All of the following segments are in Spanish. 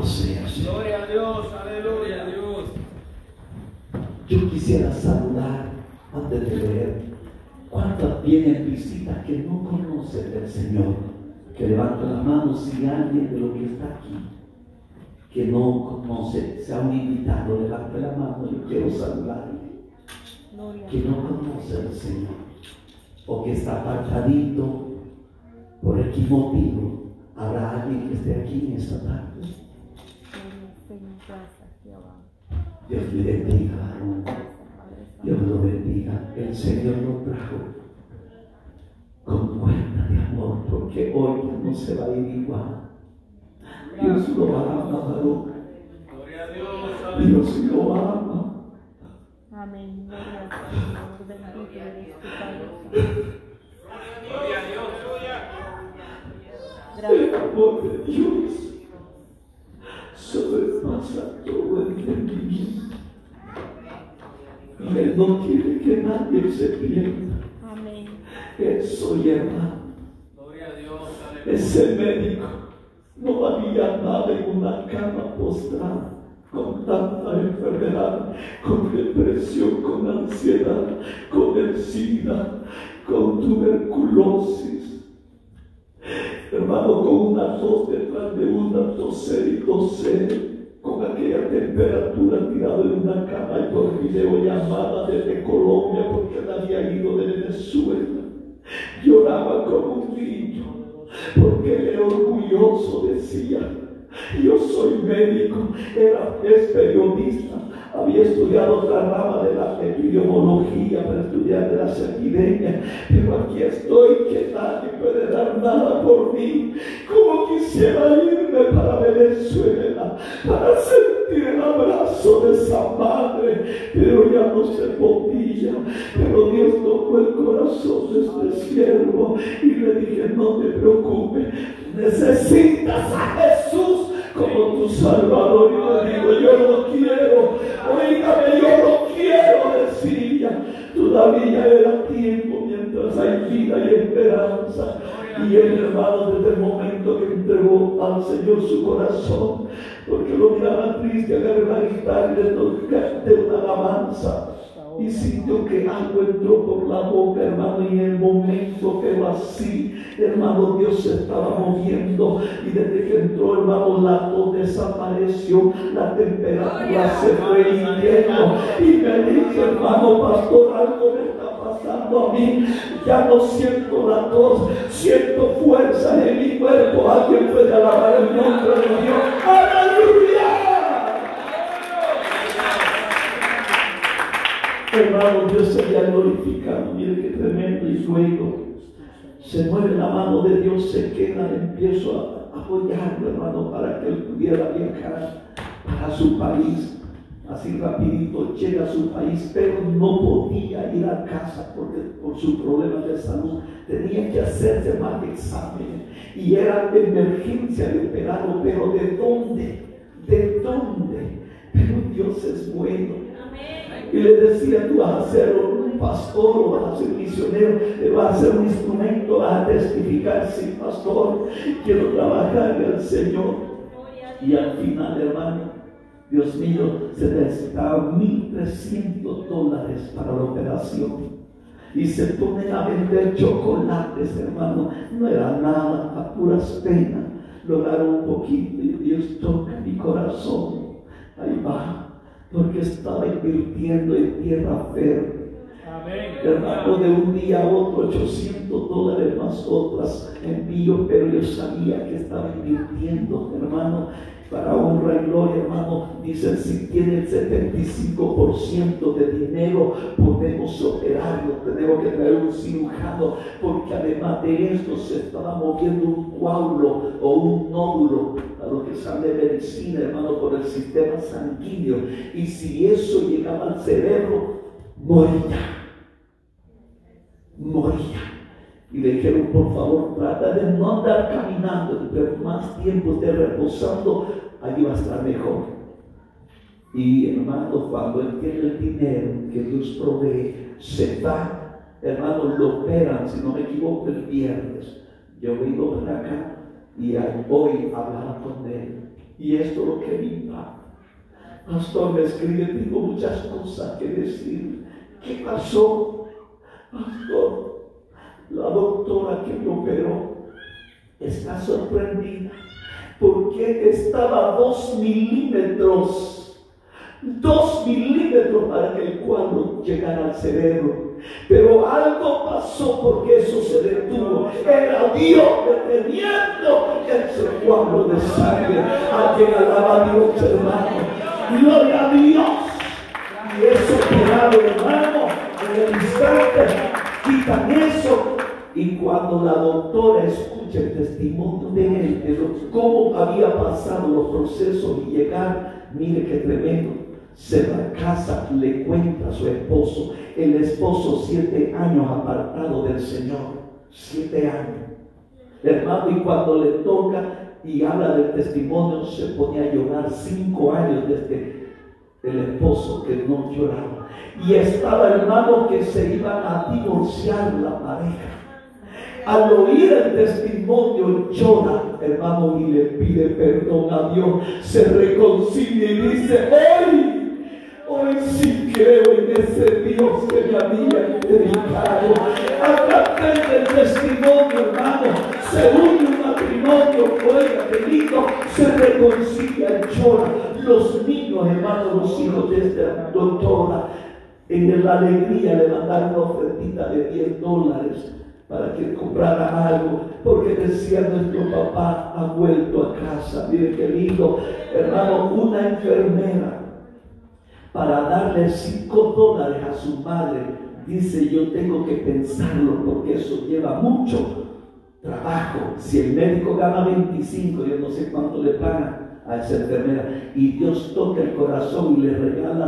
sea, Señor. Gloria a Dios, aleluya a Dios. Yo quisiera saludar antes de leer. ¿Cuántas vienen visitas que no conocen del Señor? Que levanten la mano si alguien de los que está aquí que no conoce, sea un invitado, levante la mano, yo quiero saludarle. Que no conoce al Señor o que está apartadito por X motivo. ¿Habrá alguien que esté aquí en esta tarde? Dios le bendiga, varón. Dios lo bendiga. El Señor lo trajo con cuenta de amor, porque hoy no se va a ir igual. Dios lo ama, varón. Gloria a Dios, Dios lo ama. Amén. Gloria al Señor. Bendito eres tu Padre. gloria a Dios, El Gracias. amor de Dios sobrepasa todo entendimiento. Y Él no quiere que nadie se pierda. Amén. Eso hermano. gloria a Dios, aleluya. Ese médico no valía nada en una cama postrada, con tanta enfermedad, con depresión, con ansiedad, con el SIDA, con tuberculosis. Hermano, con una tos detrás de una, toser y toser, con aquella temperatura, tirado en una cama y por videollamada desde Colombia, porque él había ido de Venezuela. Lloraba como un niño, porque él era orgulloso, decía: yo soy médico, es periodista, había estudiado otra rama de la epidemiología para estudiar de las epidemias, pero aquí estoy que nadie puede dar nada por mí. Como quisiera irme para Venezuela, para sentir el abrazo de esa madre, pero ya no se podía. Pero Dios tocó el corazón de este siervo y le dije: no te preocupes, necesitas a Jesús como tu Salvador. Y le digo: yo lo quiero, oígame, yo lo quiero, decía. Todavía era tiempo mientras hay vida y esperanza. Y el hermano, desde el momento que entregó al Señor su corazón, porque lo miraba triste, agarré la guitarra y le toqué una alabanza. Y sintió que algo entró por la boca, hermano, y en el momento que lo así, hermano, Dios se estaba moviendo. Y desde que entró, hermano, la tos desapareció, la temperatura se fue hirviendo. Y me dice: hermano pastor, algo me está pasando a mí. Ya no siento la tos, siento fuerza en mi cuerpo. Alguien puede alabar el nombre de Dios. ¡Aleluya! Hermano, Dios se había glorificado. Mire qué tremendo. Y luego se mueve la mano de Dios, se queda, empiezo a apoyarlo, hermano, para que él pudiera viajar para su país. Así rapidito llega a su país, pero no podía ir a casa porque por su problema de salud tenía que hacerse más exámenes y era de emergencia de operarlo. Pero ¿de dónde? ¿De dónde? Pero Dios es bueno. Y le decía: tú vas a ser un pastor, o vas a ser un misionero, vas a ser un instrumento, vas a testificar. Sí, pastor, quiero trabajarle al Señor. Y al final, hermano, Dios mío, se necesitaban $1,300 para la operación. Y se ponen a vender chocolates, hermano. No era nada, a puras penas. Lograron un poquito y Dios toca mi corazón. Ahí va. Porque estaba invirtiendo en tierra fértil. Hermano, de un día a otro $800 más otras envíos, pero yo sabía que estaba invirtiendo, hermano, para honra y gloria, hermano. Dicen: si tiene el 75% de dinero, podemos operarlo. Tenemos que traer un cirujano, porque además de esto se estaba moviendo un coágulo o un nódulo, a lo que sabe de medicina, hermano, por el sistema sanguíneo. Y si eso llegaba al cerebro, moría. Y le dijeron: por favor, trata de no andar caminando, pero más tiempo esté reposando, ahí va a estar mejor. Y hermano, cuando él tiene el dinero que Dios provee, se va, hermano, lo operan, si no me equivoco, el viernes. Yo vengo para acá y hoy hablaba con él. Y Y esto es lo que me impacta. Pastor, me escribe, tengo muchas cosas que decir. ¿Qué pasó? Pastor, la doctora que me operó está sorprendida porque estaba a 2 milímetros para que el cuadro llegara al cerebro. Pero algo pasó porque eso se detuvo. Era Dios deteniendo ese cuadro de sangre. Alguien alaba a Dios, hermano. Gloria a Dios. Y eso operado, hermano, en el instante quitan eso. Y cuando la doctora escucha el testimonio de él, de cómo había pasado los procesos y llegar, mire qué tremendo. Se va a casa, le cuenta a su esposo. El esposo 7 años apartado del Señor. 7 años. Hermano, y cuando le toca y habla del testimonio, se pone a llorar. 5 años desde el esposo que no lloraba. Y estaba, hermano, que se iban a divorciar la pareja. Al oír el testimonio llora, hermano, y le pide perdón a Dios. Se reconcilia y dice: Hoy sí creo en ese Dios que me había dedicado. A través del testimonio, hermano, se une un matrimonio, oiga, querido, se reconcilia y llora. Los niños, hermano, los hijos de esta doctora, en la alegría le mandaron una ofertita de $10 para que comprara algo, porque decía: nuestro papá ha vuelto a casa. Mire qué lindo, hermano. Una enfermera, para darle $5 a su madre, dice: yo tengo que pensarlo porque eso lleva mucho trabajo. Si el médico gana 25, yo no sé cuánto le pagan a esa enfermera, y Dios toca el corazón y le regala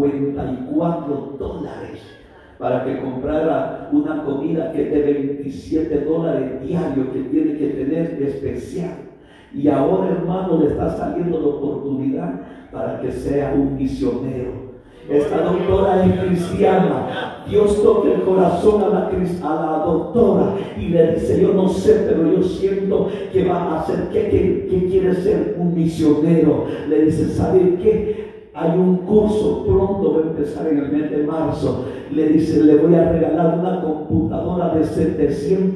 $54 para que comprara una comida que es de $27 diario, que tiene que tener especial. Y ahora, hermano, le está saliendo la oportunidad para que sea un misionero. Esta doctora es cristiana. Dios toca el corazón a la doctora y le dice: yo no sé, pero yo siento que va a hacer, que quiere ser un misionero. Le dice: ¿sabe qué? Hay un curso, pronto va a empezar en el mes de marzo. Le dice: le voy a regalar una computadora de $700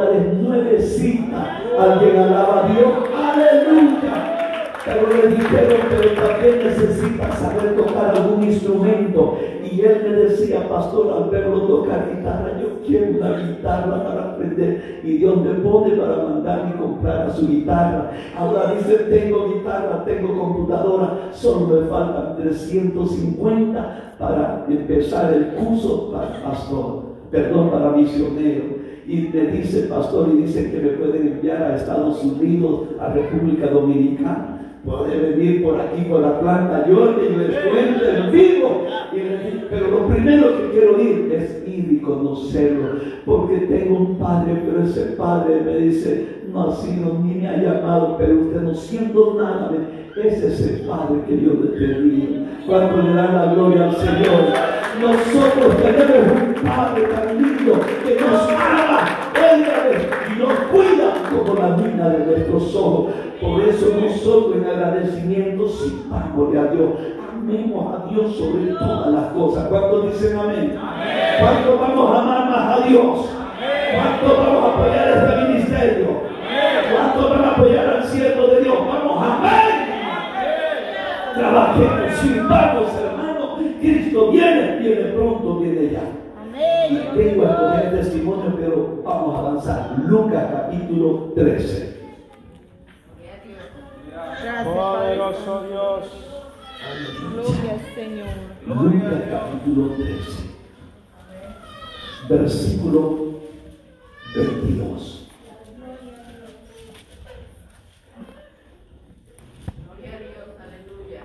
nuevecita. Alguien alaba a Dios. ¡Aleluya! Pero le dijeron: pero también necesita saber tocar algún instrumento. Y él me decía: pastor, al verlo tocar guitarra, yo quiero una guitarra para aprender. Y Dios me pone para mandarme comprar a su guitarra. Ahora dice: tengo guitarra, tengo computadora, solo me faltan 350 para empezar el curso para pastor, para misionero. Y me dice: pastor, y dice que me pueden enviar a Estados Unidos, a República Dominicana. Puede venir por aquí, por Atlanta, Georgia, y les cuento en vivo. Pero lo primero que quiero ir es ir y conocerlo, porque tengo un padre, pero ese padre me dice: no ha sido ni me ha llamado, pero usted no siendo nada. Ese es el padre que Dios le pedía. Cuando le dan la gloria al Señor, nosotros tenemos un padre tan lindo que nos ama, y nos cuida como la mina de nuestros ojos. Por eso nosotros, en agradecimiento, sirvámosle a Dios. Amemos a Dios sobre todas las cosas. ¿Cuántos dicen amén? ¿Cuántos vamos a amar más a Dios? ¿Cuántos vamos a apoyar este ministerio? ¿Cuántos van a apoyar al siervo de Dios? ¡Vamos, amén! Trabajemos, sirvamos, hermano. Cristo viene pronto, viene ya. Y vengo a poner testimonio, pero vamos a avanzar. Lucas capítulo 13. Gracias, Poderoso Dios. Gloria al Señor. Lucas capítulo 13, versículo 22. Gloria a Dios, aleluya.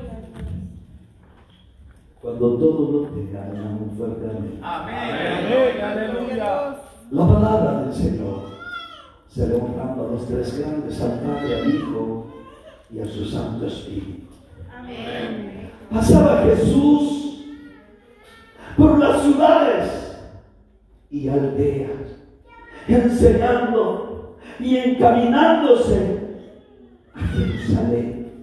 Cuando todos lo tengan, un fuerte amén. Amén. Aleluya. La palabra del Señor se le honrando a los tres grandes, al Padre, al Hijo y a su Santo Espíritu. Amén. Pasaba Jesús por las ciudades y aldeas, enseñando y encaminándose a Jerusalén.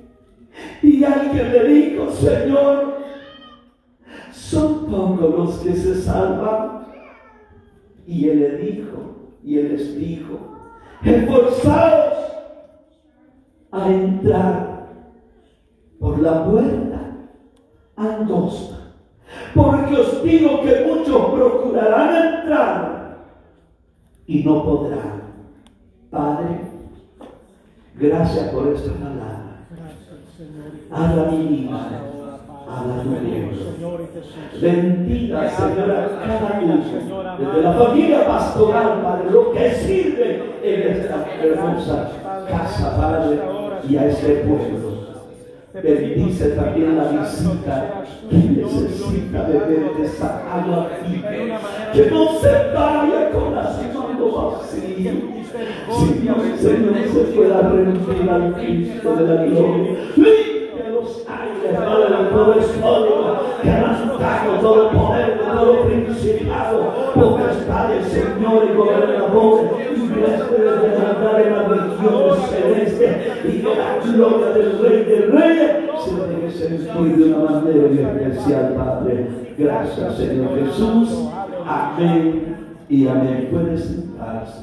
Y alguien le dijo: Señor, son pocos los que se salvan. Y él les dijo: esforzaos a entrar por la puerta angosta, porque os digo que muchos procurarán entrar y no podrán. Padre, gracias por esta palabra. Habla mi vida, habla tu Dios. Bendiga, Señora, cada uno, desde la familia pastoral, Padre, lo que sirve en esta hermosa casa, Padre, y a este pueblo. Bendice también la visita que necesita beber de esa agua fría, que no se vaya con las manos vacías, sino que el Señor se pueda rendir al Cristo de la gloria. Limpia los aires, Padre, de todo estómago, que arrastramos todo poder, de todo principado, potestades, Señor y gobernadores, y huéspedes de mandar en las regiones celestes, y que la gloria del Rey de Reyes se deje sentir de una manera especial, Padre. Gracias, Señor Jesús. Amén y amén. Puede sentarse.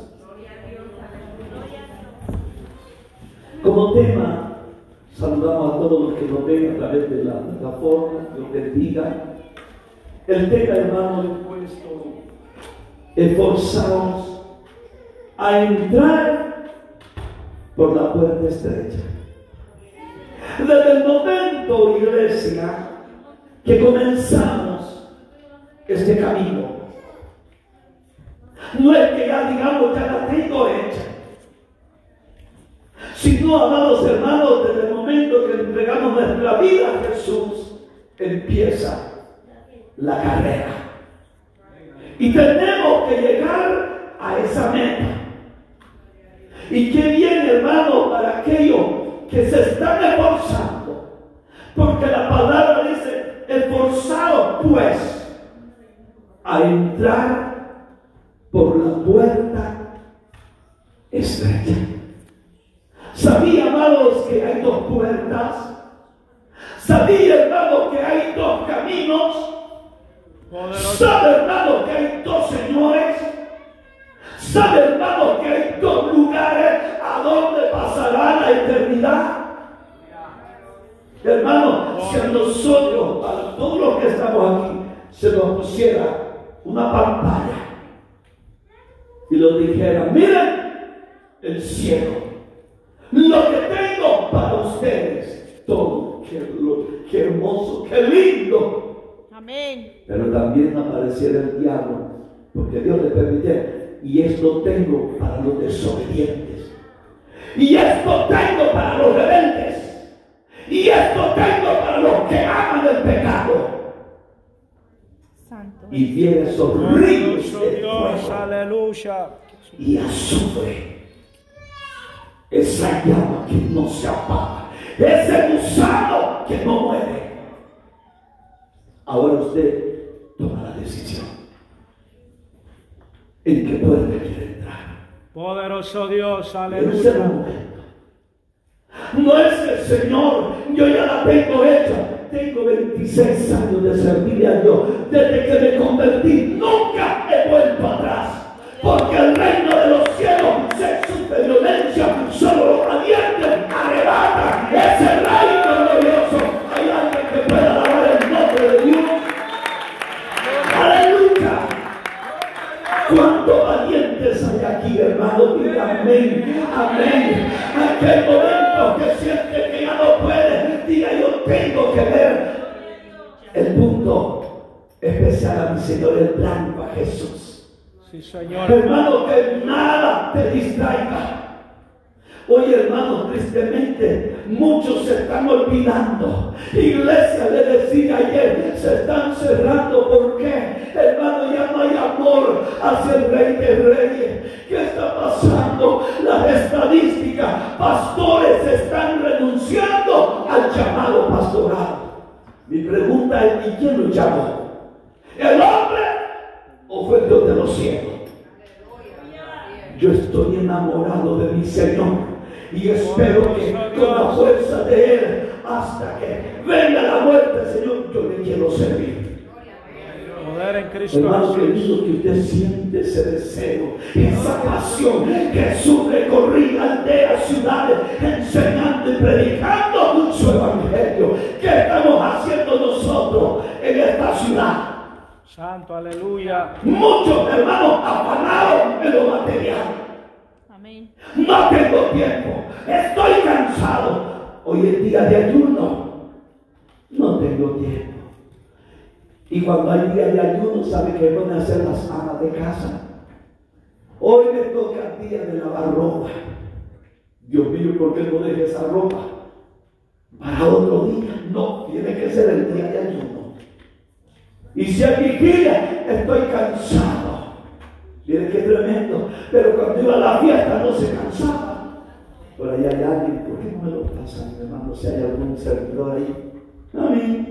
Como tema, saludamos a todos los que nos ven a través de la plataforma. Dios bendiga. El tema, hermano, he puesto: esforzaos a entrar por la puerta estrecha. Desde el momento, iglesia, que comenzamos este camino, no es que ya digamos ya la tengo hecha, sino, amados hermanos, desde el momento que entregamos nuestra vida a Jesús, empieza la carrera. Y tenemos que llegar a esa meta. Y qué bien, hermano, para aquellos que se están esforzando, porque la palabra dice: esforzados pues a entrar por la puerta estrecha. ¿Sabía, amados, que hay dos puertas? ¿Sabía, hermano, que hay dos caminos? ¿Sabe, hermano, que hay dos señores? ¿Sabe, hermano, que hay dos lugares a donde pasará la eternidad? Hermano, si a nosotros, a todos los que estamos aquí, se nos pusiera una pantalla y nos dijera: miren el cielo, lo que tengo para ustedes, todo, qué hermoso, qué lindo. Amén. Pero también apareciera el diablo, porque Dios le permite: y esto tengo para los desobedientes, y esto tengo para los rebeldes, y esto tengo para los que aman el pecado. Santo. Y viene esos ríos de Dios, fuego aleluya. y azufre, esa llama que no se apaga, ese gusano que no muere. Ahora usted toma la decisión: ¿en qué puerta quiere entrar? Poderoso Dios, Ese es el aleluya. momento. No es que, Señor, yo ya la tengo hecha. Tengo 26 años de servirle a Dios. Desde que me convertí, nunca he vuelto atrás. Porque el reino de los cielos, sexo y violencia, solo los valientes arrebatan ese reino glorioso. Hay alguien que pueda alabar el nombre de Dios. ¡Aleluya! ¿Cuántos valientes hay aquí, hermano? Diga amén, amén. Aquel momento que siente que ya no puede, diga: yo tengo que ver el punto especial a mi Señor, el blanco, a Jesús. Sí, Señor. Hermano, que nada te distraiga. Hoy, hermano, tristemente muchos se están olvidando. Iglesia, le decía ayer, se están cerrando. ¿Por qué? Hermano, ya no hay amor hacia el Rey de Reyes. ¿Qué está pasando? Las estadísticas: pastores están renunciando al llamado pastoral. Mi pregunta es: ¿y quién lo llamó? ¿El hombre o fue Dios de los cielos? Yo estoy enamorado de mi Señor. Y espero que con la fuerza de Él, hasta que venga la muerte, Señor, yo le quiero servir. Poder en Cristo Hermano Jesús. querido, que usted siente ese deseo, esa pasión. Jesús recorría aldeas, ciudades, enseñando y predicando su evangelio. ¿Qué estamos haciendo nosotros en esta ciudad? Santo, aleluya. Muchos hermanos afanados en lo material. Amén. No tengo tiempo, estoy cansado. Hoy es día de ayuno, no tengo tiempo. Y cuando hay día de ayuno, ¿sabe qué van a hacer las amas de casa? Hoy me toca el día de lavar ropa. Dios mío, ¿por qué no deje esa ropa para otro día? No, tiene que ser el día de ayuno. Y si hay vigilia, estoy cansado. Miren qué tremendo. Pero cuando iba a la fiesta no se cansaba. Por ahí hay alguien, ¿por qué no me lo pasan, hermano? Si hay algún servidor ahí. Amén.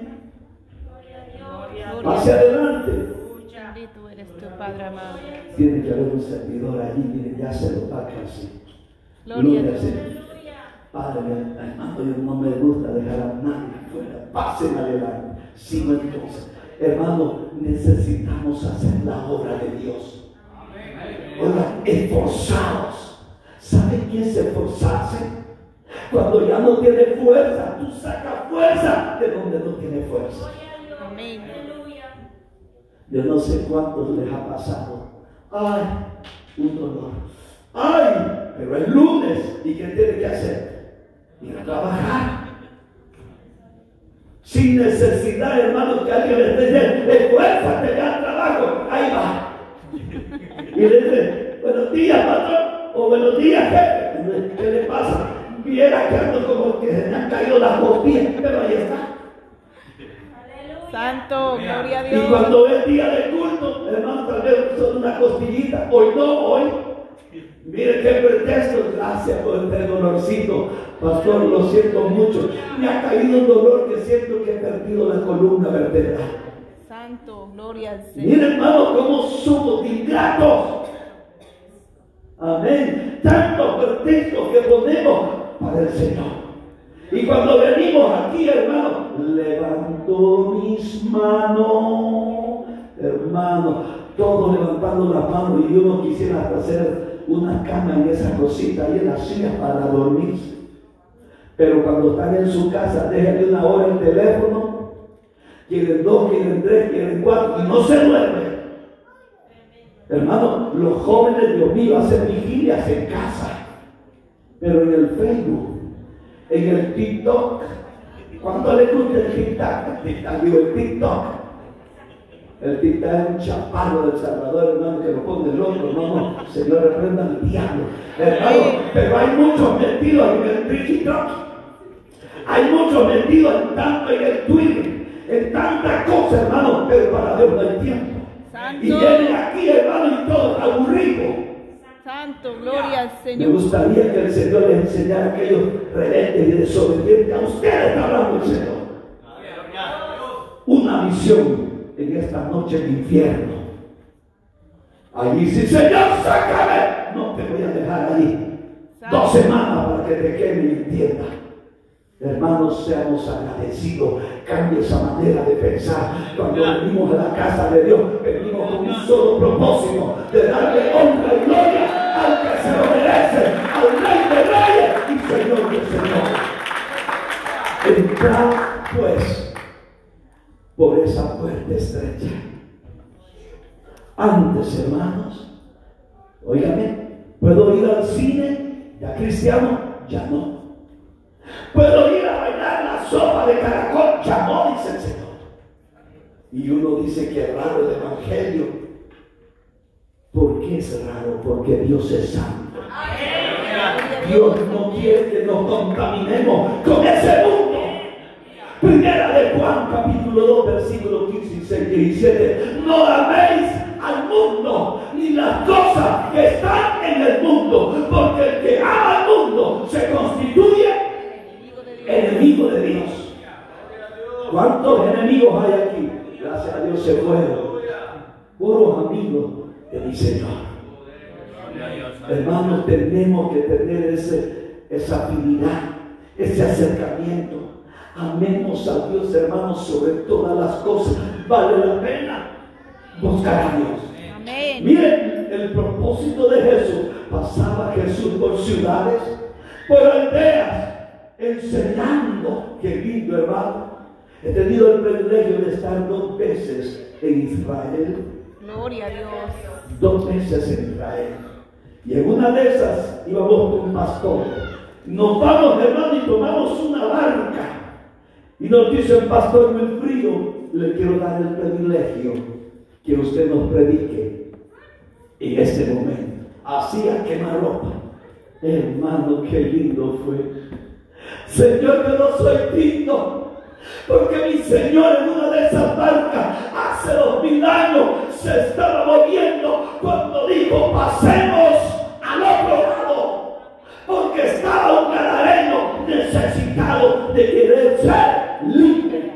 Hacia adelante. Bendito eres tu Padre amado. Tiene que haber un servidor allí. Miren, ya se lo va casi. Gloria a Gloria al Dios. Señor. Padre, hermano, yo no me gusta dejar a nadie afuera. Pasen adelante. Sino entonces, hermano, necesitamos hacer la obra de Dios. Oigan, esforzados. ¿Saben qué es esforzarse? Cuando ya no tiene fuerza, tú sacas fuerza de donde no tiene fuerza. Amén. Yo no sé cuántos les ha pasado. Ay, un dolor. Ay, pero es lunes. ¿Y qué tiene que hacer? Ir a trabajar. Sin necesidad, hermano, que alguien le esté diciendo, esfuérzate ya al trabajo. Ahí va. Y le dice, buenos días, patrón. O buenos días, jefe. ¿Qué le pasa? Viera que ando como que se me han caído las costillas. Pero ahí está. Santo, gloria a Y Dios. cuando es día de culto, hermano, tal vez son una costillita. Hoy no, hoy. Mire qué pretexto. Gracias por este dolorcito. Pastor, lo siento mucho. Me ha caído un dolor que siento que he perdido la columna vertebral. Santo, gloria al Señor. Mire, hermano, cómo somos ingratos. Amén. Tantos pretextos que ponemos para el Señor. Y cuando venimos aquí, hermano, levanto mis manos, hermano, todos levantando las manos, y uno quisiera hasta hacer una cama y esa cosita ahí en la silla para dormir. Pero cuando están en su casa, déjenle una hora el teléfono, quieren 2, quieren 3, quieren 4, y no se duermen. Hermano, los jóvenes, Dios mío, hacen vigilias en casa, pero en el Facebook, en el TikTok. ¿Cuánto le gusta el TikTok? El TikTok. El TikTok es un chaparro del Salvador, hermano, que lo pone loco. No, Señor, reprenda al diablo. Hermano, pero hay muchos metidos en el TikTok. Hay muchos metidos en el Twitter, en tantas cosas, hermano, pero para Dios no hay tiempo. Santo. Y vienen aquí, hermano, y todos aburridos. Santo, gloria al Me Señor. gustaría que el Señor les enseñara a aquellos rebeldes y desobedientes. A ustedes está hablando el Señor. Una misión en esta noche de infierno. Allí sí, Señor, sácame. No te voy a dejar allí 2 semanas para que te quede y entienda. Hermanos, seamos agradecidos. Cambie esa manera de pensar. Cuando venimos a la casa de Dios, venimos con un solo propósito: de darle honra y gloria al que se lo merece, al Rey de Reyes y Señor de Señores. Entrad pues por esa puerta estrecha. Antes, hermanos, óigame, ¿puedo ir al cine? ¿Ya cristiano? Ya no. ¿Puedo ir a bailar la sopa de caracol? Ya no, dice el Señor. Y uno dice que es raro el evangelio. ¿Por qué es raro? Porque Dios es santo. Dios no quiere que nos contaminemos con ese mundo. Primera de Juan, capítulo 2, versículos 15, 16 y 17. No améis al mundo ni las cosas que están en el mundo, porque el que ama al mundo se constituye enemigo de Dios. ¿Cuántos enemigos hay aquí? Gracias a Dios se fueron. Puros amigos de mi Señor. Hermanos, tenemos que tener esa afinidad, ese acercamiento. Amemos a Dios, hermanos, sobre todas las cosas. Vale la pena buscar a Dios. Amén. Miren, el propósito de Jesús. Pasaba Jesús por ciudades, por aldeas, enseñando. Qué lindo, hermano. He tenido el privilegio de estar 2 veces en Israel. Gloria a Dios. 2 veces en Israel. Y en una de esas íbamos con un pastor. Nos vamos, hermano, y tomamos una barca. Y nos dice el pastor, muy frío, le quiero dar el privilegio que usted nos predique en este momento. Hacía quemarropa. Hermano, qué lindo fue. Señor, yo no soy digno, porque mi Señor en una de esas barcas hace 2000 años se estaba moviendo cuando dijo pasemos al otro lado, porque estaba un gadareno necesitado de querer ser libre.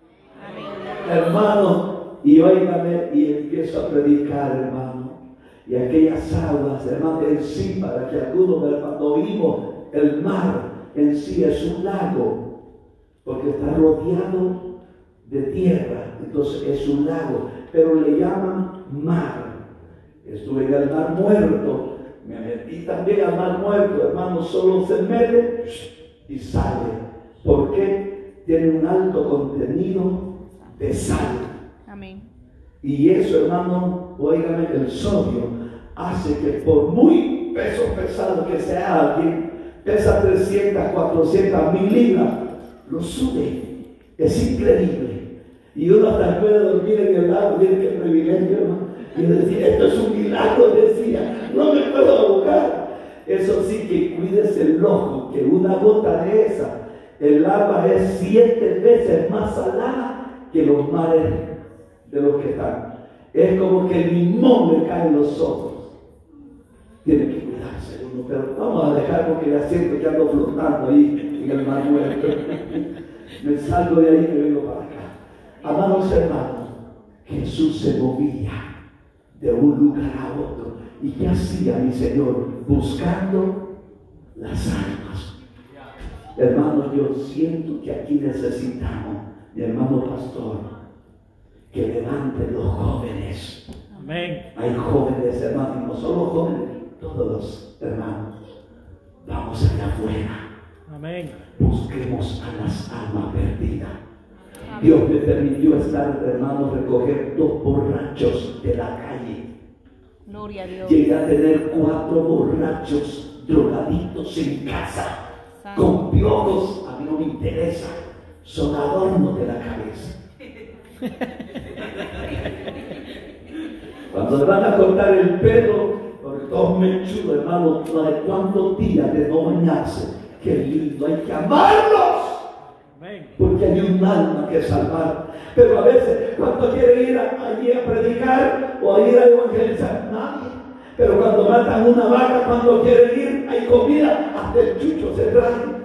Hermano, y óigame, y empiezo a predicar, hermano, y aquellas aguas, hermano, encima de que algunos, hermano, oímos el mar en sí es un lago, porque está rodeado de tierra, entonces es un lago, pero le llaman mar. Estuve en el mar muerto, me metí también al mar muerto, hermano, solo se mete y sale. ¿Por qué? Tiene un alto contenido de sal. Amén. Y eso, hermano, óigame, el sodio hace que por muy peso pesado que sea alguien, pesa 300, 400 mil libras, lo sube. Es increíble. Y uno hasta puede dormir en el lago. Miren qué privilegio, hermano. Y yo decía, esto es un milagro, decía, no me puedo ahogar. Eso sí, que cuídese el ojo, que una gota de esa, el agua es 7 veces más salada que los mares de los que están. Es como que el limón le cae en los ojos. Tiene que cuidarse uno, pero vamos a dejar porque ya siento que ando flotando ahí en el mar muerto. Me salgo de ahí y me vengo para acá. Amados hermanos, Jesús se movía de un lugar a otro. ¿Y qué hacía mi Señor? Buscando las almas. Hermanos, yo siento que aquí necesitamos, mi hermano pastor, que levanten los jóvenes. Amén. Hay jóvenes, hermanos, y no solo jóvenes, todos los hermanos. Vamos allá afuera. Amén. Busquemos a las almas perdidas. Dios me permitió estar, hermanos, recoger 2 borrachos de la calle. Gloria a Dios. Llegué a tener 4 borrachos drogaditos en casa, con piojos. A mí no me interesa, son adornos de la cabeza. Cuando le van a cortar el pelo, porque todos mechudos, hermano, no hay cuántos días de no bañarse. Qué lindo, hay que amarlos. Porque hay un alma que salvar. Pero a veces, cuando quiere ir allí a predicar o a ir a evangelizar, nadie. Pero cuando matan una vaca, cuando quieren ir, hay comida, hasta el chucho se trae.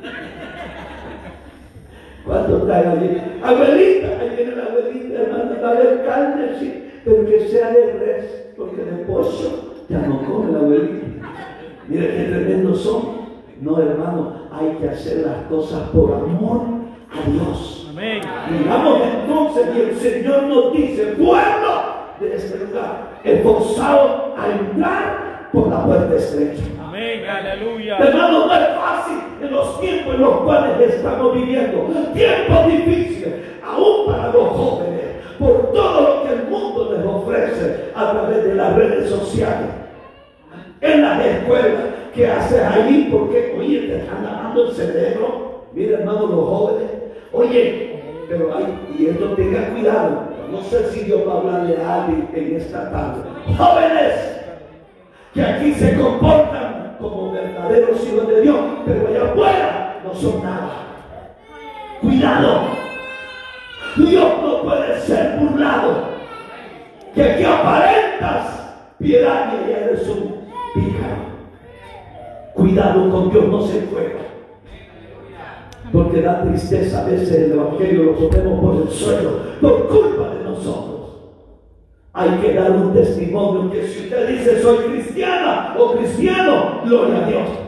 ¿Cuántos traen allí? Abuelita, ahí viene la abuelita, hermano, va a haber carne, sí, pero que sea de res, porque de pollo ya no come la abuelita. Mire qué tremendos son. No, hermano, hay que hacer las cosas por amor a Dios. Amén. Digamos entonces, y el Señor nos dice, pueblo de este lugar, esforzado a entrar por la puerta estrecha. Amén. Aleluya. Hermano, no es fácil en los tiempos en los cuales estamos viviendo. Tiempos difíciles, aún para los jóvenes, por todo lo que el mundo les ofrece a través de las redes sociales, en las escuelas. ¿Qué haces ahí? Porque, oye, te están lavando el cerebro. Mira, hermano, los jóvenes. Oye, pero y esto tenga cuidado. No sé si Dios va a hablarle a alguien en esta tarde. Jóvenes, que aquí se comportan como verdaderos hijos de Dios, pero allá afuera no son nada. Cuidado. Dios no puede ser burlado. Que aquí aparentas piedad y allá eres un pícaro. Cuidado con Dios, no se juega. Porque da tristeza a veces el evangelio lo ponemos por el suelo por culpa de nosotros. Hay que dar un testimonio que si usted dice soy cristiana o cristiano, gloria a Dios.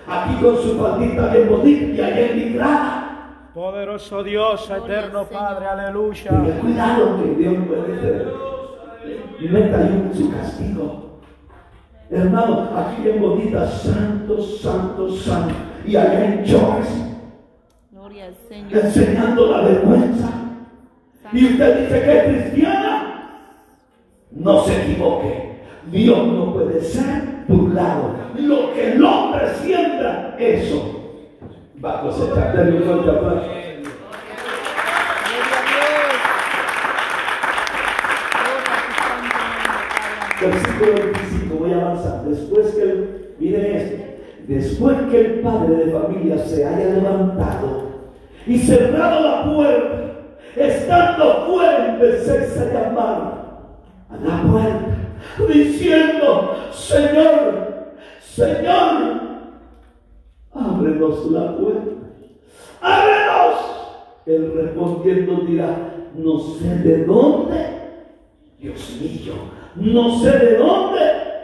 aquí con su faldita bien bonita y allá en mi grada. Poderoso Dios, eterno Padre, aleluya. Tenga cuidado que Dios puede meta en su castigo. Hermano, aquí bien bonita, santo, santo, santo. Y allá en Chores, Gloria al Señor. enseñando la vergüenza. Y usted dice que es cristiana. No se equivoque. Dios no puede ser burlado. Lo que el hombre siembra, eso va a cosechar. Denle un fuerte aplauso. Versículo 25, voy a avanzar. Miren esto. Después que el padre de familia se haya levantado y cerrado la puerta, estando fuera, empecéis a llamar a la puerta, diciendo: Señor, Señor, ábrenos la puerta, ábrenos. Él respondiendo dirá: no sé de dónde, Dios mío, no sé de dónde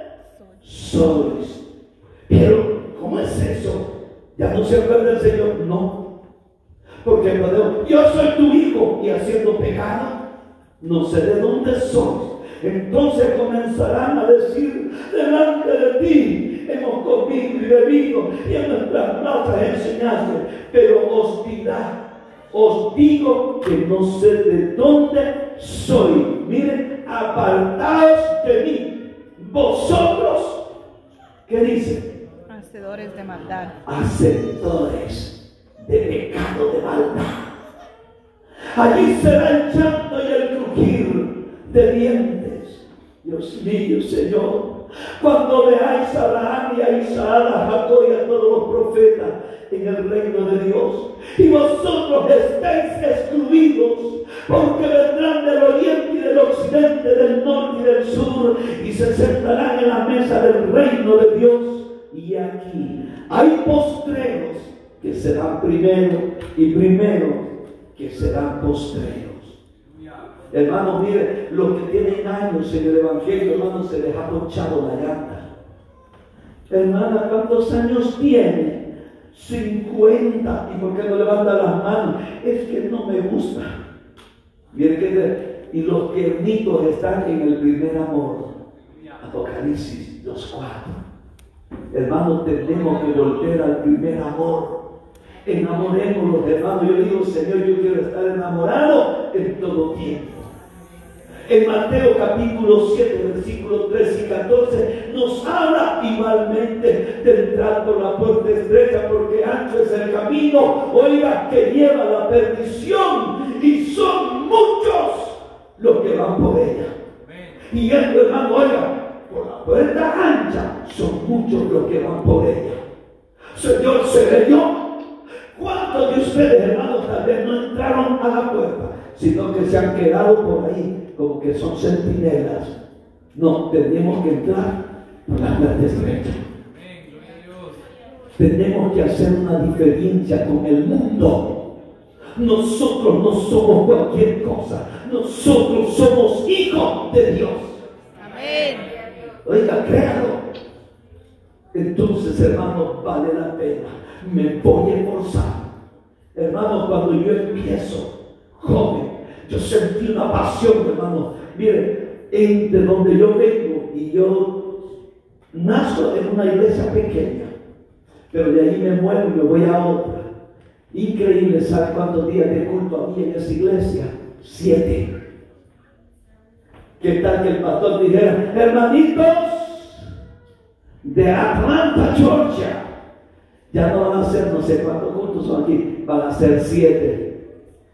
sois. Pero, ¿cómo es eso? ¿Ya no se acuerda el Señor? No. Porque cuando yo soy tu hijo y haciendo pecado, no sé de dónde sois. Entonces comenzarán a decir delante de ti: hemos comido y bebido y en nuestras plazas enseñaste. Pero os digo que no sé de dónde soy. Miren, apartaos de mí, vosotros, ¿qué dice? Hacedores de maldad. Hacedores de pecado, de maldad. Allí será el llanto y el crujir de dientes. Dios mío, Señor, cuando veáis a Abraham y a Isaac, a Jacob y a todos los profetas en el reino de Dios, y vosotros estéis excluidos, porque vendrán del oriente y del occidente, del norte y del sur, y se sentarán en la mesa del reino de Dios. Y aquí hay postreros que serán primero y primeros que serán postreros. Hermanos, mire, los que tienen años en el evangelio, hermanos, se les ha ponchado la llanta. Hermana, ¿cuántos años tiene? 50. ¿Y por qué no levanta las manos? Es que no me gusta. Mire, y los tiernitos están en el primer amor. Apocalipsis 2:4. Hermanos, tenemos que volver al primer amor. Enamorémonos, hermanos. Yo digo: Señor, yo quiero estar enamorado en todo tiempo. En Mateo capítulo 7, versículos 13 y 14, nos habla igualmente de entrar por la puerta estrecha, porque ancho es el camino, oiga, que lleva a la perdición, y son muchos los que van por ella. Y esto, hermano, oiga, por la puerta ancha, son muchos los que van por ella. Señor, ¿seré yo? ¿Cuántos de ustedes, hermanos, tal vez no entraron a la puerta, sino que se han quedado por ahí como que son centinelas? No, tenemos que entrar por la puerta estrecha. Tenemos que hacer una diferencia con el mundo. Nosotros no somos cualquier cosa. Nosotros somos hijos de Dios. Amén. Oiga, créalo. Entonces, hermanos, vale la pena. Me voy a esforzar. Hermanos, cuando yo empiezo joven, yo sentí una pasión, hermano. Mire, de donde yo vengo, y yo nazco en una iglesia pequeña, pero de ahí me muevo y me voy a otra. Increíble, ¿sabe cuántos días de culto había en esa iglesia? 7. ¿Qué tal que el pastor dijera: hermanitos de Atlanta, Georgia, ya no van a ser no sé cuántos cultos son aquí, van a ser 7?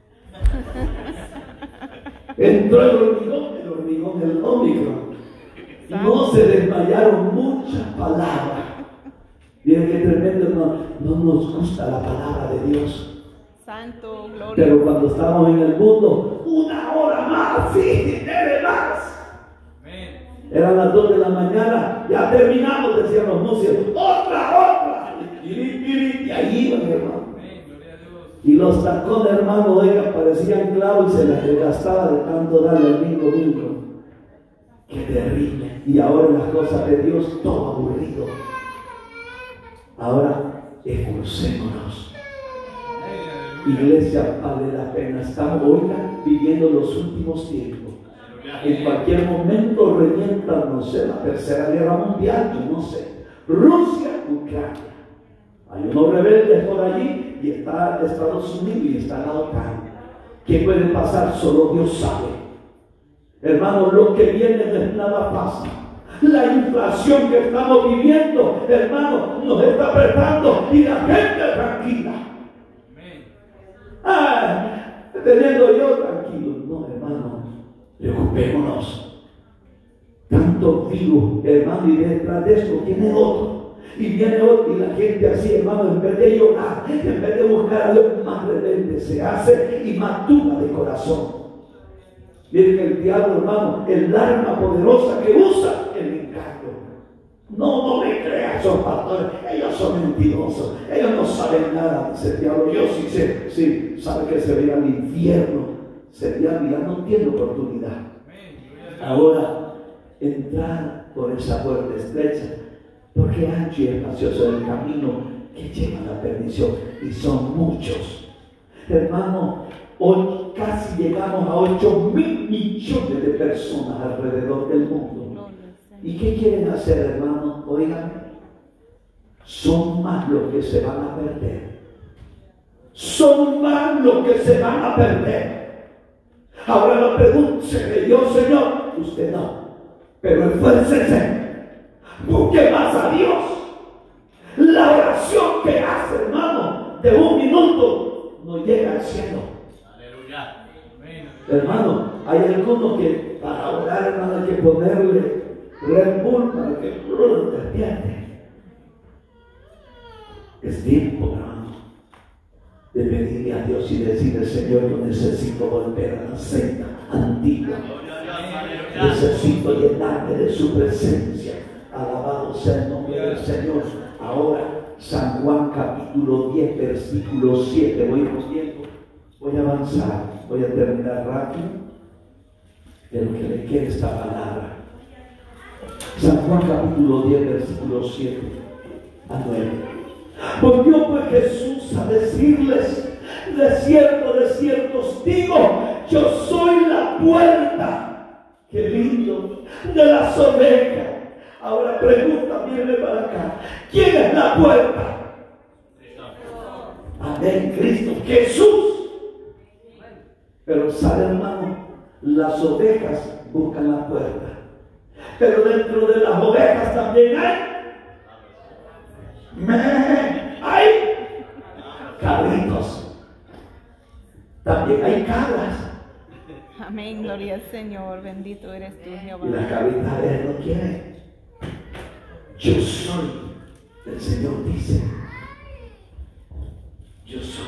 Entró el hormigón, el Omicron. No se desmayaron muchas palabras. Miren qué tremendo, hermano. No nos gusta la palabra de Dios. Santo, gloria. Pero cuando estamos en el mundo, 1 hora más, sí, debe más. Eran las 2 de la mañana, ya terminamos, decían los músicos. Otra. Y ahí iban, hermano. Y los tacones, hermano, oiga, parecían clavos y se les desgastaba de tanto darle el bingo. Qué terrible. Y ahora en las cosas de Dios, todo aburrido. Ahora esforcémonos. Iglesia, vale la pena. Estamos hoy viviendo los últimos tiempos. En cualquier momento revienta, no sé, la tercera guerra mundial, yo no sé. Rusia, Ucrania. Hay unos rebeldes por allí y está Estados Unidos y está la OTAN. ¿Qué puede pasar? Solo Dios sabe. Hermano, lo que viene no es nada fácil. La inflación que estamos viviendo, hermano, nos está apretando y la gente tranquila. Teniendo yo tranquilo. No, hermano, preocupémonos. Tanto virus, hermano, y detrás de esto viene otro. Y viene otro, y la gente así, hermano, en vez de llorar, en vez de buscar a Dios, más rebelde se hace y más dura de corazón. Miren que el diablo, hermano, el arma poderosa que usa, el engaño. No me creas, esos pastores, ellos son mentirosos, ellos no saben nada, dice el diablo. Yo sí sé, sí, sabe que se veía al infierno, sería mirando, no tiene oportunidad. Ahora, entrar por esa puerta estrecha, porque ancho y espacioso es el camino que lleva a la perdición, y son muchos. Hermano, hoy casi llegamos a 8.000 millones de personas alrededor del mundo. ¿Y qué quieren hacer, hermano? Oigan, son más los que se van a perder. Son más los que se van a perder. Ahora la pregunta se yo, Señor, usted no, pero esfuércese. Busque más a Dios. La oración que hace, hermano, de 1 minuto no llega al cielo. Aleluya. Hermano, hay algunos que para orar, hermano, hay que ponerle Red Bull para que despierte. Es tiempo, hermano, de pedirle a Dios y decirle: Señor, yo necesito volver a la senda antigua. Necesito llenarme de su presencia. Alabado sea el nombre del Señor. Ahora, San Juan capítulo 10, versículo 7. Voy por tiempo. Voy a avanzar. Voy a terminar rápido de lo que le queda esta palabra. San Juan capítulo 10, versículo 7 a 9. Volvió pues Jesús a decirles: de cierto os digo, yo soy la puerta. Qué lindo, de las ovejas. Ahora pregunta, viene para acá: ¿quién es la puerta? Amén, Cristo, Jesús. Pero sabe, hermano, las ovejas buscan la puerta. Pero dentro de las ovejas también hay cabritos. También hay cabras. Amén, gloria al Señor, bendito eres tú, Jehová. Y las cabritas no quieren. Yo soy, el Señor dice, yo soy.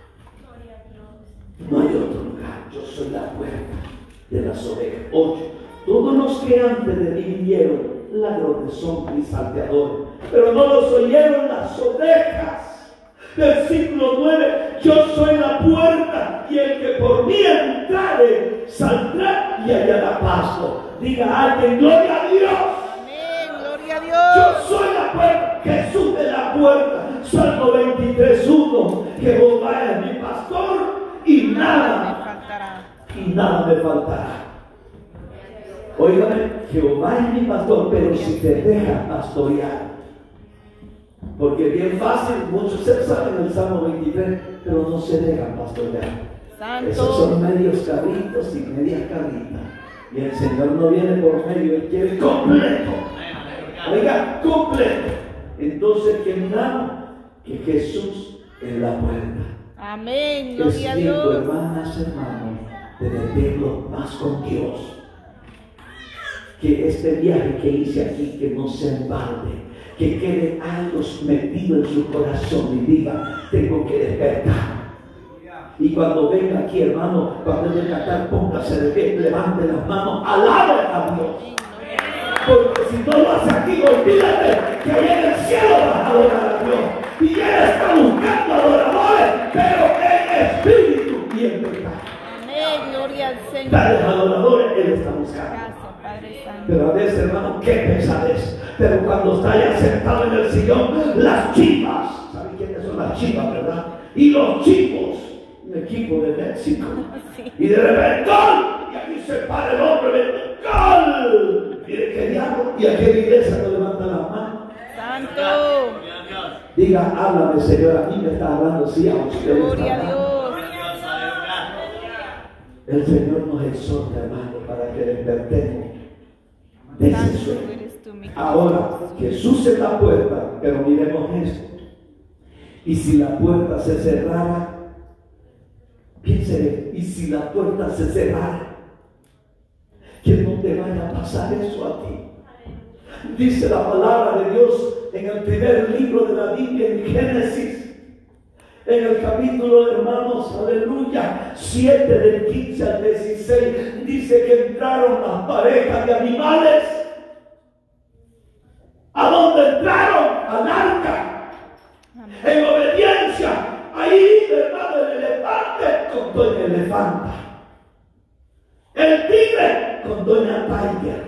No hay otro lugar. Yo soy la puerta de las ovejas. 8. Todos los que antes de mí vinieron, ladrones son y salteadores, pero no los oyeron las ovejas. Versículo 9. Yo soy la puerta, y el que por mí entrare saldrá y hallará pasto. Diga alguien: gloria a Dios. Amén, gloria a Dios. Yo soy la puerta. Jesús es la puerta. Salmo 23:1. Jehová es mi pastor y nada me faltará. Óigame, Jehová es mi pastor, pero si te deja pastorear, porque bien fácil, muchos se saben el Salmo 23, pero no se dejan pastorear. Santo. Esos son medios carritos y medias carritas, y el Señor no viene por medio, Él quiere completo. Oiga, completo. Entonces, que miramos que Jesús es la puerta. Amén, Es gloria a tiempo, Dios. hermanas, hermanos, de meterlo más con Dios. Que este viaje que hice aquí, que no se embalde, que quede algo metido en su corazón y diga: tengo que despertar. Y cuando venga aquí, hermano, cuando venga a cantar, póngase de pie, levante las manos, alabe a Dios. Porque si no lo hace aquí, olvídate que ahí en el cielo vas a adorar a Dios. Y Él está buscando adoradores, pero en espíritu y en verdad. Amén, gloria al Señor. Tales adoradores Él está buscando. Gracias, Padre Santo. Pero a veces, hermano, qué pesadez. Pero cuando está ya sentado en el sillón, las chivas, ¿sabe quién las Chivas, ¿verdad? Y los Chivos, un equipo de México. Sí. Y de repente, ¡gol! Y aquí se para el hombre, ¡gol! Mire qué diablo. Y aquí en la iglesia no levanta la mano. Santo. Diga, háblame, Señor, a mí me está hablando, sí, a usted. Gloria a Dios. El Señor nos exhorta, hermano, para que despertemos de ese Santo sueño. eres tú, mi Cristo. Ahora, Jesús es la puerta, pero miremos esto. Y si la puerta se cerrara, piense, y si la puerta se cerrara, que no te vaya a pasar eso a ti. Dice la palabra de Dios en el primer libro de la Biblia, en Génesis, en el capítulo, hermanos, aleluya, 7 del 15 al 16, dice que entraron las parejas de animales. ¿A dónde entraron? Al arca. Amén. En obediencia. Ahí, hermano, el elefante con doña elefanta. El tigre con doña Tiger.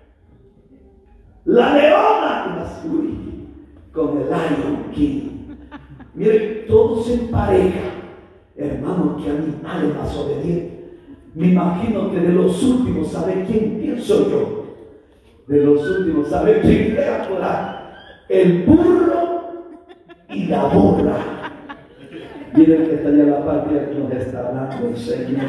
La leona y la Suri con el Lion King. Miren, todos en pareja. Hermano, qué animales más obedientes. Me imagino que de los últimos, ¿sabe quién pienso yo? De los últimos, ¿sabe quién llega por ahí? El burro y la burra. Miren que está ya la parte que nos está hablando el Señor.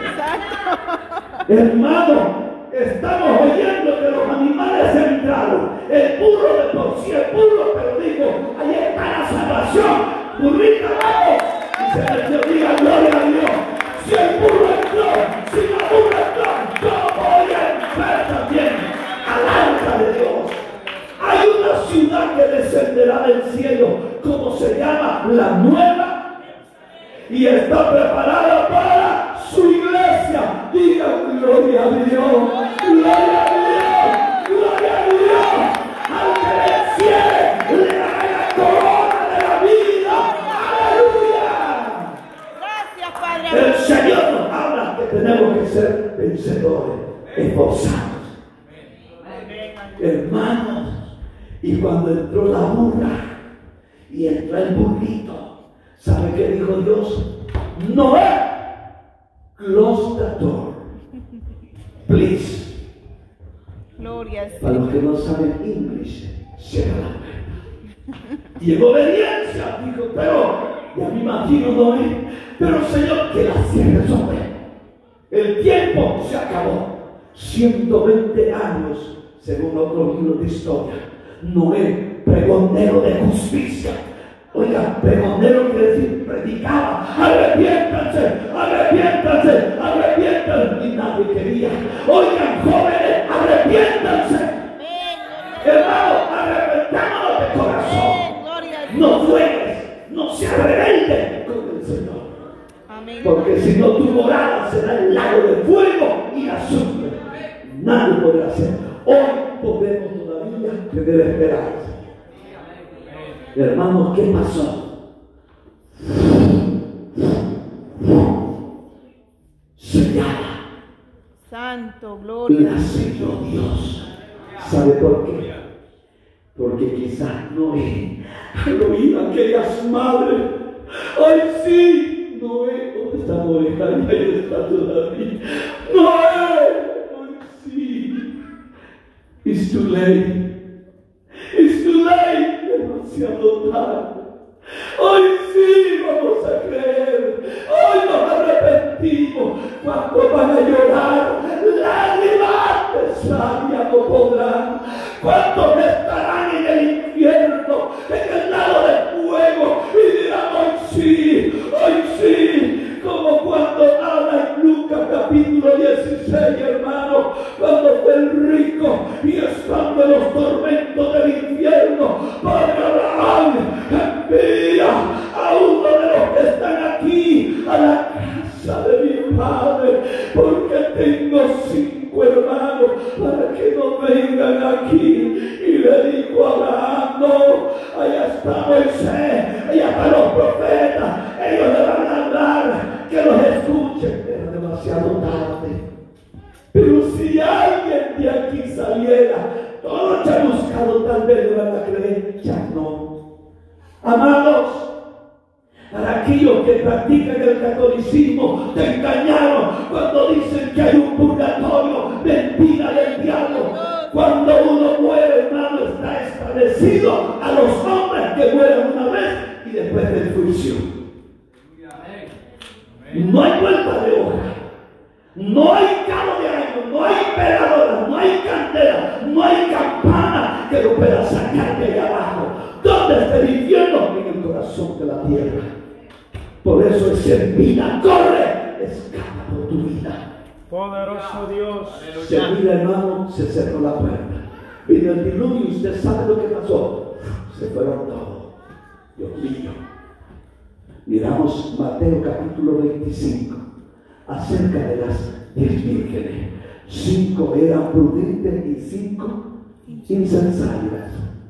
Hermano, estamos oyendo que los animales entraron. El burro de por sí es burro, pero digo, ahí está la salvación. Burrita abajo. Y se me diga gloria a Dios. Si el burro entró, si la burra entró, yo voy a entrar también al arca de Dios. Hay una ciudad que descenderá del cielo. ¿Cómo se llama? La nueva. Y está preparada para su iglesia. Diga gloria a Dios. Gloria a Dios. Gloria a Dios. Al que venciere le dará la corona de la vida. Aleluya. Gracias, Padre. El Señor nos habla que tenemos que ser vencedores, esforzados. Hermanos, y cuando entró la burra y entró el burrito, ¿sabe qué dijo Dios? Noé, close the door, please. Gloria al Para los que no saben inglés, cierra la puerta. Y en obediencia dijo, pero, ya me imagino Noé, pero Señor, que la cierres, hombre. El tiempo se acabó. 120 años, según otros libros de historia. Noé, pregonero de justicia. Oiga, pregonero quiere decir, predicaba, arrepiéntanse, arrepiéntanse, arrepiéntanse. Y nadie quería. Oigan, jóvenes, arrepiéntanse. Hermano, arrepentámonos de corazón. No juegues, no seas rebelde con el Señor. Amén. Porque si no, tu morada será el lago de fuego y azufre. Nadie podrá hacer. Hoy podemos todavía tener esperanza. Hermanos, ¿qué pasó? Sellada. Santo, gloria. La selló Dios. ¿Sabe por qué? Porque quizás Noé, al oír a aquellas madres, ¡ay sí! Noé, ¿dónde está Noé? Ahí está todavía. ¡Noé! ¡Ay sí! It's too late. It's too late. Demasiado tarde. Hoy sí vamos a creer. Hoy nos arrepentimos. ¿Cuántos van a llorar? Lágrimas de savia no podrán. ¿Cuántos estarán en el infierno, en el lago de fuego? Y dirán, hoy sí, como cuando habla en Lucas capítulo 16, hermano, cuando fue el rico y estando en los tormentos del infierno, Padre Abraham envía a uno de los que están aquí a la casa de mi padre, porque tengo 5 hermanos para que no vengan aquí. Y le dijo a Abraham, no, allá está Moisés, allá están los profetas, ellos le van a hablar, que los escuchen. Era demasiado tarde. Pero si alguien de aquí saliera, todo chamuscado, tal vez le van a creer, ya no. Amados, aquellos que practican el catolicismo te engañaron cuando dicen que hay un purgatorio. Mentira del diablo. Cuando uno muere, hermano, está establecido a los hombres que mueren una vez y después del juicio. No hay vuelta de hoja. No hay cabo de año, no hay peladora, no hay candela, no hay campana que lo pueda sacar de ahí abajo. ¿Dónde está el infierno? En el corazón de la tierra. Por eso ese vida corre, escapa por tu vida. Poderoso Dios. Se mira, hermano, se cerró la puerta. Vino el diluvio y usted sabe lo que pasó. Se fueron todos. Dios mío. Miramos Mateo capítulo 25. Acerca de las 10 vírgenes. 5 eran prudentes y 5 insensatas.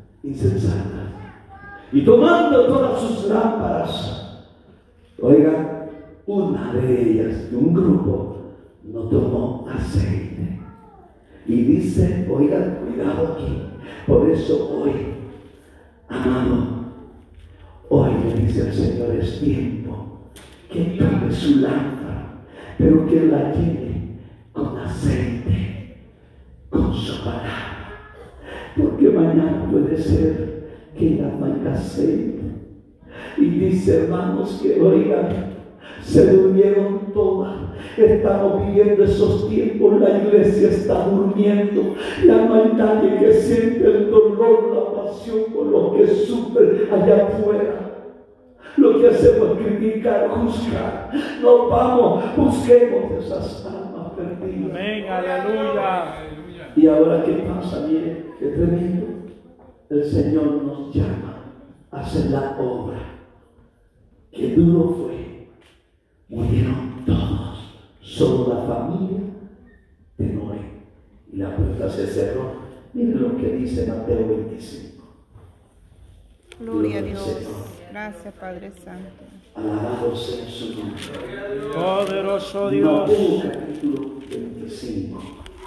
Y tomando todas sus lámparas, oigan, una de ellas, de un grupo, no tomó aceite. Y dice, oigan, cuidado aquí. Por eso hoy, amado, hoy me dice el Señor, es tiempo que tome su lámpara, pero que la llene con aceite, con su palabra. Porque mañana puede ser que ya no haya aceite. Y dice, hermanos, que oigan, se durmieron todas. Estamos viviendo esos tiempos, la iglesia está durmiendo. Ya no hay nadie que siente el dolor, la pasión por lo que sufre allá afuera. Lo que hacemos es criticar, juzgar. No vamos, busquemos esas almas perdidas. Amén, aleluya. Y ahora, ¿qué pasa? Miren, qué tremendo. El Señor nos llama a hacer la obra. Qué duro fue. Murieron todos, solo la familia de Noé. Y la puerta se cerró. Miren lo que dice Mateo 25. Gloria a Dios. Gracias, Padre Santo. Alabado sea su nombre. Poderoso Dios. Mateo capítulo 25.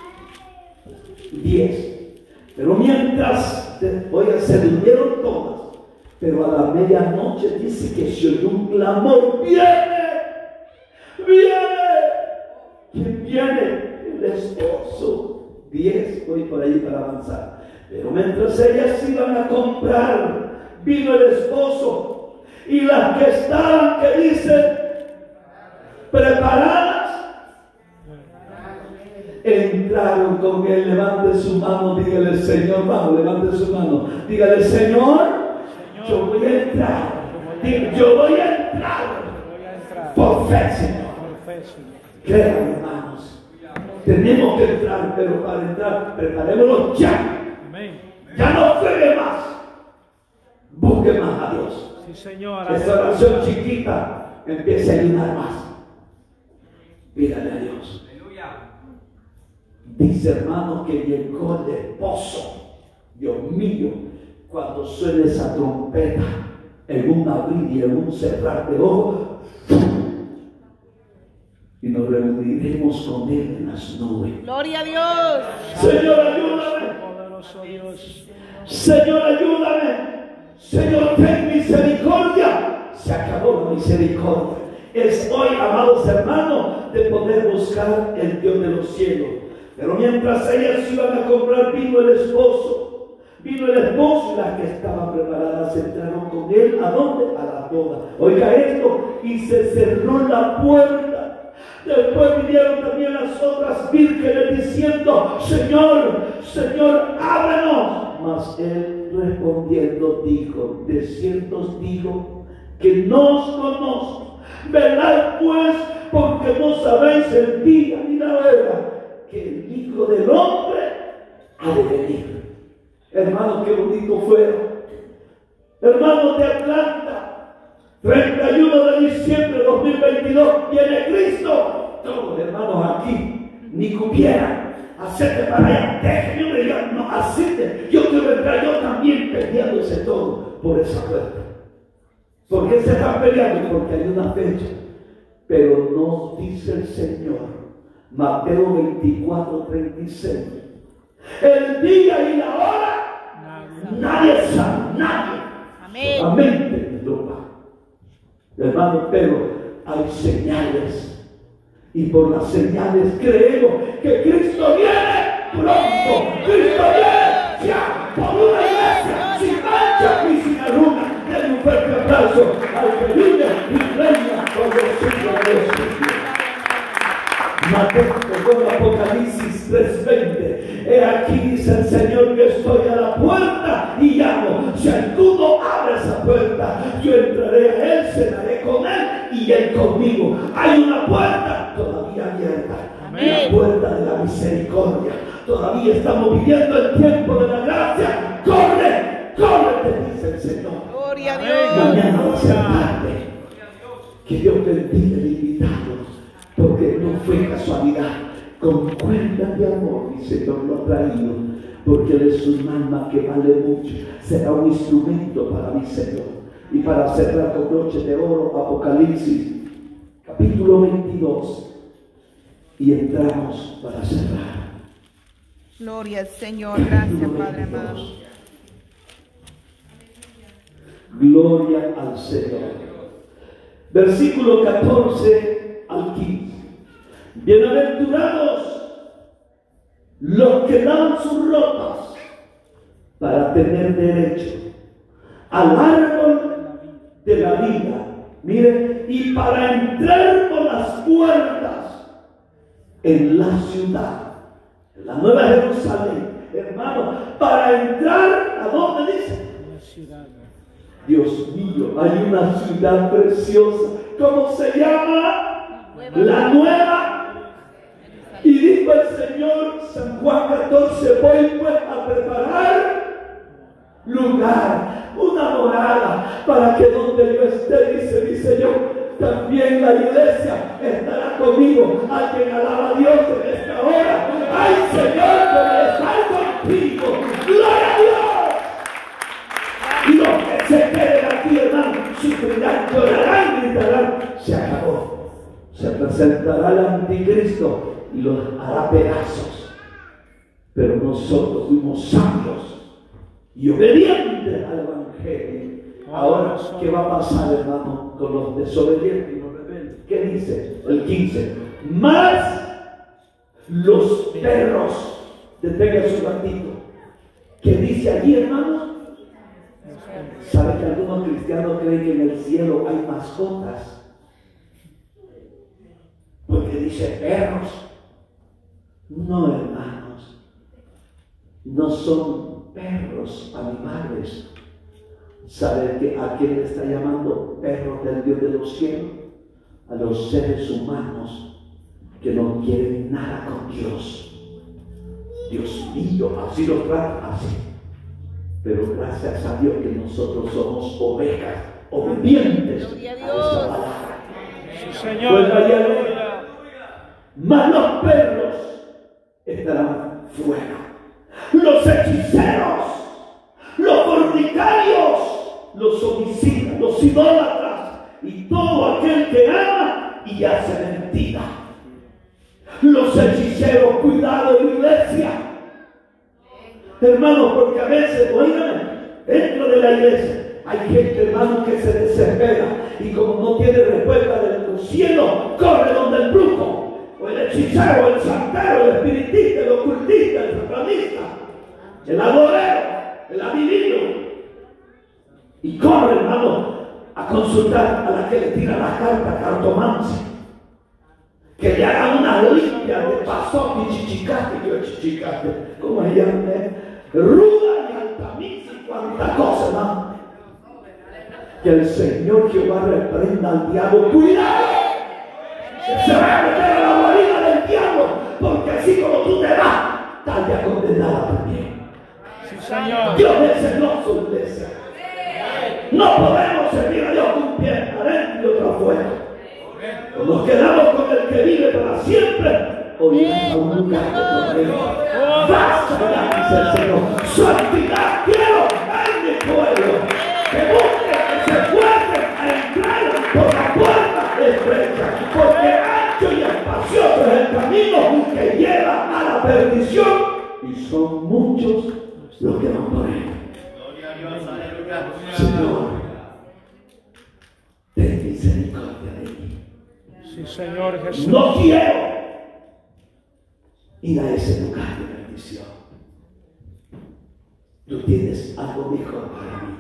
10. Pero mientras, oigan, se durmieron todas, pero a la medianoche dice que se oyó un clamor: ¡viene! ¡Viene! ¿Quién viene? El esposo. 10, voy por ahí para avanzar. Pero mientras ellas iban a comprar, vino el esposo. Y las que estaban, que dicen, preparadas, entraron con él. Levante su mano, dígale: Señor, vamos, levante su mano, dígale: Señor, yo voy a entrar. Yo voy a entrar por fe, Señor. Crean, hermanos, tenemos que entrar, pero para entrar, preparémonos ya. Ya no fregue más, busque más a Dios. Sí, Señor. Esa oración chiquita empieza a ayudar más. Pídale a Dios. Dice, hermano, que llegó el esposo. Dios mío, cuando suena esa trompeta, en un abrir y en un cerrar de ojos, y nos reuniremos con él en las nubes. Gloria a Dios. Señor, ayúdame. Poderoso Dios. Señor, ayúdame. Señor, ten misericordia. Se acabó la misericordia. Es hoy, amados hermanos, de poder buscar el Dios de los cielos. Pero mientras ellas iban a comprar, vino el esposo. Vino el esposo y las que estaban preparadas entraron con él. ¿A dónde? A la boda. Oiga esto, y se cerró la puerta. Después vinieron también las otras vírgenes diciendo: Señor, Señor, ábrenos. Mas él respondiendo dijo: de cierto os digo que no os conozco. Velad pues, porque no sabéis el día ni la hora que el Hijo del Hombre ha de venir. Hermanos, qué bonito fueron. Hermanos de Atlanta, 31 de diciembre de 2022, viene Cristo. Todos, hermanos, aquí, ni cupieran. Hacete para allá, déjenme, me digan, no, hacete. Yo quiero entrar, yo también, peleándose todo por esa puerta. ¿Por qué se están peleando? Porque hay una fecha. Pero nos dice el Señor, Mateo 24:36, el día y la hora nadie sabe, nadie. Amén. Solamente lo va. hermano, pero hay señales. Y por las señales creemos que Cristo viene pronto. Cristo viene ya por una iglesia sin mancha y sin arruga. Denle un fuerte aplauso al que vive y reina con los siglos de los siglos. Mateo, con Apocalipsis 3:20. He aquí, dice el Señor, que estoy a la puerta y llamo. Si alguno abre esa puerta, yo entraré a él, cenaré con él y él conmigo. Hay una puerta todavía abierta. La puerta de la misericordia. Todavía estamos viviendo el tiempo de la gracia. Corre, corre, te dice el Señor. Gloria a Dios. Mañana va a ser tarde. Que Dios bendiga el invitado, porque no fue casualidad. Con cuerda de amor mi Señor lo ha traído, porque Él es un alma que vale mucho. Será un instrumento para mi Señor. Y para cerrar con broche de oro, Apocalipsis capítulo 22, y entramos para cerrar. Gloria al Señor. Gracias, Padre amado. Gloria al Señor. Versículo 14 al 15. Bienaventurados los que dan sus ropas para tener derecho al árbol de la vida. Miren, y para entrar por las puertas en la ciudad, en la Nueva Jerusalén, hermano, para entrar, ¿a dónde dice? Dios mío, hay una ciudad preciosa. ¿Cómo se llama? La Nueva. Y dijo el Señor, San Juan 14, voy pues a preparar lugar, una morada, para que donde yo esté, dice mi Señor, también la iglesia estará conmigo. Alguien alaba a Dios en esta hora. ¡Ay, Señor, por estar contigo! ¡Gloria a Dios! Y los que se queden aquí, hermano, sufrirán, llorarán, gritarán. Se acabó. Se presentará el anticristo y los hará pedazos. Pero nosotros fuimos sabios y obedientes al Evangelio. Ahora, ¿qué va a pasar, hermano, con los desobedientes y los rebeldes? ¿Qué dice? El 15. Más los perros. Deténgase un ratito. ¿Qué dice allí, hermano? ¿Sabe que algunos cristianos creen que en el cielo hay mascotas? Porque dice perros. No, hermanos. No son perros animales. ¿Sabe que a quién le está llamando perros del Dios de los cielos? A los seres humanos que no quieren nada con Dios. Dios mío, así lo trata, así. Pero gracias a Dios que nosotros somos ovejas obedientes a esa palabra. Sí, Señor. Mas los perros estarán fuera. Los hechiceros, los fornicarios, los homicidas, los idólatras y todo aquel que ama y hace mentira. Los hechiceros, cuidado, iglesia. Hermanos, porque a veces, oígame, dentro de la iglesia hay gente, hermano, que se desespera y como no tiene respuesta del cielo, corre donde el brujo, o el hechicero, el santero, el espiritista, el ocultista, el satanista, el agorero, el adivino, y corre, hermano, a consultar a la que le tira las cartas, cartomancia, que le hagan una limpia de pasón y chichicate, que chichicate, ¿cómo se llama? Ruda y altamisa y cuanta cosa, hermano. Que el Señor Jehová reprenda al diablo. ¡Cuidado! Se va a meter a la guarida del diablo, porque así como tú te vas, tal vez condenada también. Sí, Señor. Dios es celoso, iglesia. No podemos servir a Dios con un pie adentro y otro afuera. Nos quedamos con el que vive para siempre, o iremos a un lugar de problema. Basta ya, dice el Señor. Santidad quiero en mi pueblo. Que busquen, que se esfuercen a entrar por la puerta estrecha, porque ancho y espacioso es el camino que lleva a la perdición, y son muchos los que van por él. Señor, ten misericordia. Sí, Señor Jesús. No quiero ir a ese lugar de bendición. Tú tienes algo mejor para mí.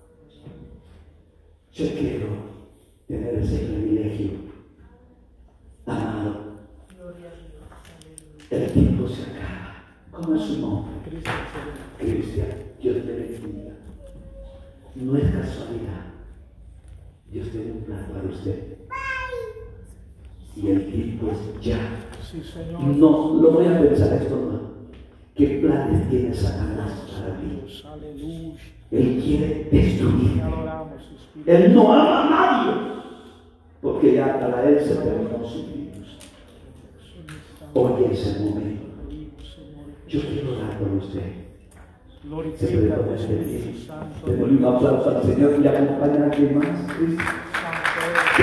Yo quiero tener ese privilegio. Amado, el tiempo se acaba. ¿Cómo es su nombre? Cristian. Dios te bendiga. No es casualidad. Dios tiene un plan para usted. Y el tiempo es ya. Sí, Señor. No lo voy a pensar esto más. ¿Qué planes tiene Satanás para mí? Aleluya. Él quiere destruir. Te adoramos, Espíritu. Él no ama a nadie. Porque ya para él se terminó su vida. Hoy es el momento. Yo quiero orar por usted. Se puede Glorifica al poner de Espíritu pie. Santo. Démosle un aplauso al Señor y acompaña a alguien más.